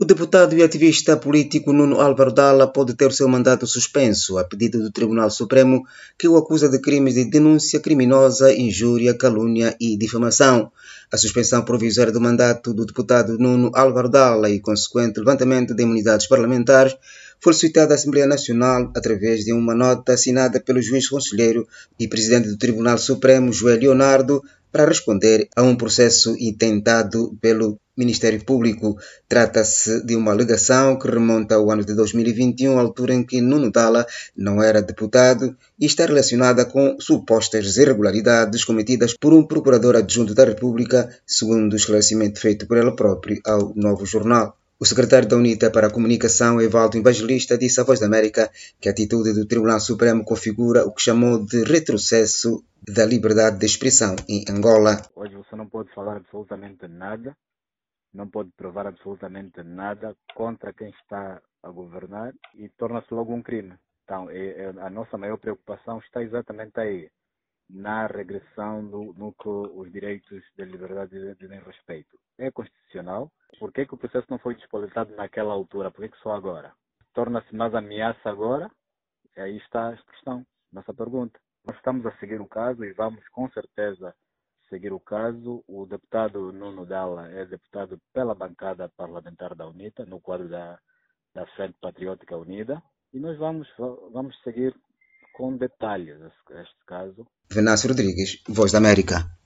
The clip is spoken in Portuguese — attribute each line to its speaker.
Speaker 1: O deputado e ativista político Nuno Álvaro Dalla pode ter o seu mandato suspenso a pedido do Tribunal Supremo, que o acusa de crimes de denúncia criminosa, injúria, calúnia e difamação. A suspensão provisória do mandato do deputado Nuno Álvaro Dalla e consequente levantamento de imunidades parlamentares foi solicitada à Assembleia Nacional através de uma nota assinada pelo juiz conselheiro e presidente do Tribunal Supremo, João Leonardo, para responder a um processo intentado pelo Ministério Público. Trata-se de uma alegação que remonta ao ano de 2021, altura em que Nuno Dalla não era deputado, e está relacionada com supostas irregularidades cometidas por um procurador adjunto da República, segundo o esclarecimento feito por ele próprio ao Novo Jornal. O secretário da UNITA para a Comunicação, Evaldo Evangelista, disse à Voz da América que a atitude do Tribunal Supremo configura o que chamou de retrocesso da liberdade de expressão em Angola.
Speaker 2: Hoje você não pode falar absolutamente nada, não pode provar absolutamente nada contra quem está a governar e torna-se logo um crime. Então, a nossa maior preocupação está exatamente aí, na regressão no que os direitos de liberdade dizem respeito. É constitucional. Por que o processo não foi despolitizado naquela altura? Por que só agora? Torna-se mais ameaça agora? E aí está a questão, nossa pergunta. Nós estamos a seguir o caso e vamos com certeza seguir o caso. O deputado Nuno Dalla é deputado pela bancada parlamentar da UNITA, no quadro da Frente Patriótica Unida, e nós vamos seguir com detalhes este caso.
Speaker 1: Venâncio Rodrigues, Voz da América.